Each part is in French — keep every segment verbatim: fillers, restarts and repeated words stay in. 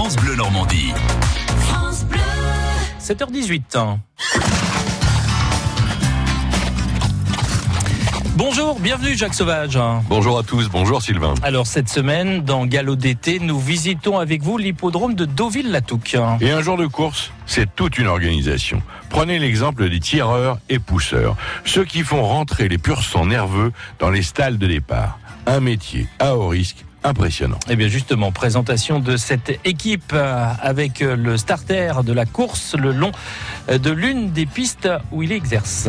France Bleu Normandie. France Bleu. sept heures dix-huit. Bonjour, bienvenue Jacques Sauvage. Bonjour à tous, bonjour Sylvain. Alors cette semaine, dans Galop d'été, nous visitons avec vous l'hippodrome de Deauville-la-Touque. Et un jour de course, c'est toute une organisation. Prenez l'exemple des tireurs et pousseurs, ceux qui font rentrer les pur sang nerveux dans les stalles de départ. Un métier à haut risque, impressionnant. Et bien justement, présentation de cette équipe avec le starter de la course le long de l'une des pistes où il exerce.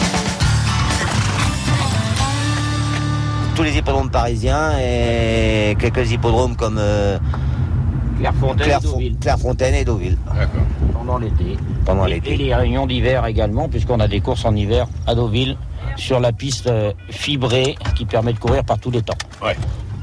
Tous les hippodromes parisiens et quelques hippodromes comme euh, Clairefontaine, Claire, et Deauville. Clairefontaine et Deauville. D'accord. Pendant l'été. Pendant et, l'été. et les réunions d'hiver également, puisqu'on a des courses en hiver à Deauville sur la piste euh, fibrée qui permet de courir par tous les temps. Ouais.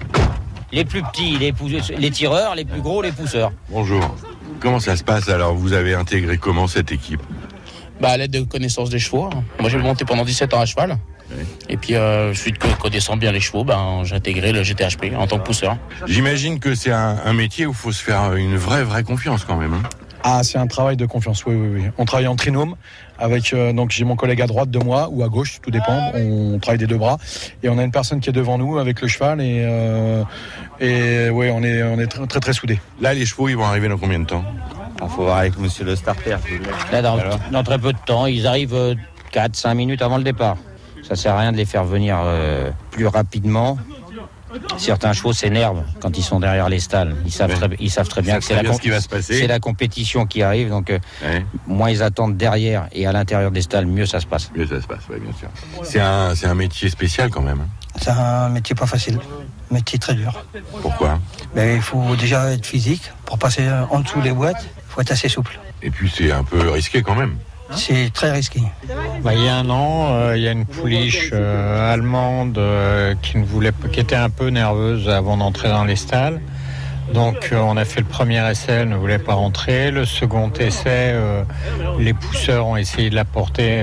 Les plus petits, les, pou- les tireurs, les plus gros, les pousseurs. Bonjour. Comment ça se passe alors? Vous avez intégré comment cette équipe? Bah, à l'aide de connaissance des chevaux. Moi, j'ai monté pendant dix-sept ans à cheval. Oui. Et puis, euh, je suis connaissant bien les chevaux, ben, j'ai intégré le G T H P en tant que pousseur. J'imagine que c'est un, un métier où il faut se faire une vraie, vraie confiance quand même. Hein. Ah, c'est un travail de confiance, oui, oui, oui. On travaille en trinôme avec, euh, donc j'ai mon collègue à droite de moi ou à gauche, tout dépend. On travaille des deux bras et on a une personne qui est devant nous avec le cheval et, euh, et ouais, on est, on est très, très, très soudés. Là, les chevaux, ils vont arriver dans combien de temps? Il faut voir avec monsieur le starter. Là, dans, dans très peu de temps, ils arrivent euh, quatre à cinq minutes avant le départ. Ça sert à rien de les faire venir euh, plus rapidement. Certains chevaux s'énervent quand ils sont derrière les stalles. Ils savent, Ouais. très, ils savent très bien Ils que savent c'est très la, bien ce qui va se passer. c'est la compétition qui arrive. Donc, euh, Ouais. moins ils attendent derrière et à l'intérieur des stalles, mieux ça se passe. Mieux ça se passe, ouais, bien sûr. C'est un, c'est un métier spécial quand même. Hein. C'est un métier pas facile, un métier très dur. Pourquoi? Mais il faut déjà être physique. Pour passer en dessous des boîtes, il faut être assez souple. Et puis c'est un peu risqué quand même. C'est très risqué. Bah, il y a un an, euh, il y a une pouliche euh, allemande euh, qui ne voulait, qui était un peu nerveuse avant d'entrer dans les stalles. Donc euh, on a fait le premier essai, elle ne voulait pas rentrer. Le second essai, euh, les pousseurs ont essayé de la porter,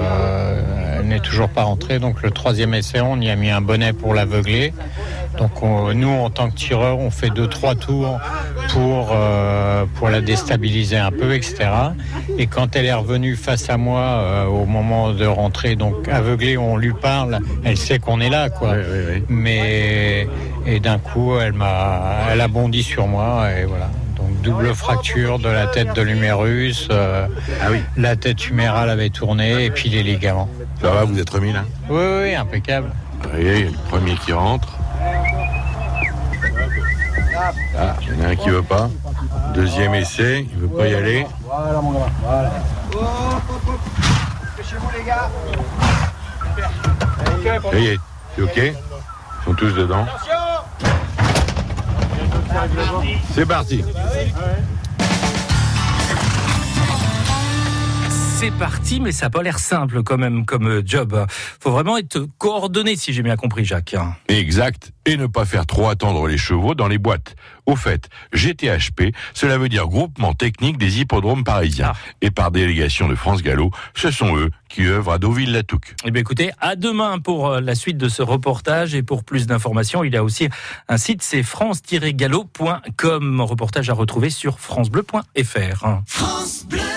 euh, elle n'est toujours pas rentrée. Donc le troisième essai, on y a mis un bonnet pour l'aveugler. Donc on, nous, en tant que tireurs, on fait deux trois tours pour euh, pour la déstabiliser un peu, et cetera. Et quand elle est revenue face à moi euh, au moment de rentrer, donc aveuglée, on lui parle, elle sait qu'on est là, quoi. Oui, oui, oui. Mais et d'un coup, elle m'a, elle a bondi sur moi et voilà. Donc double fracture de la tête de l'humérus, euh, Ah oui. la tête humérale avait tourné et puis les ligaments. Ça va, vous êtes remis là? Oui, oui, impeccable. Voyez, le premier qui rentre. Ah, il y en a un qui veut pas. Deuxième essai, il veut pas y aller. Voilà mon gamin, voilà. Ça y est, c'est ok? Ils sont tous dedans. C'est parti. C'est parti, mais ça n'a pas l'air simple quand même comme job. Faut vraiment être coordonné, si j'ai bien compris, Jacques. Exact. Et ne pas faire trop attendre les chevaux dans les boîtes. Au fait, G T H P, cela veut dire Groupement Technique des Hippodromes Parisiens. Ah. Et par délégation de France Gallo, ce sont eux qui œuvrent à Deauville-la-Touque. Eh bien, écoutez, à demain pour la suite de ce reportage. Et pour plus d'informations, il y a aussi un site, c'est france tiret gallo point com. Reportage à retrouver sur francebleu point fr. France Bleu.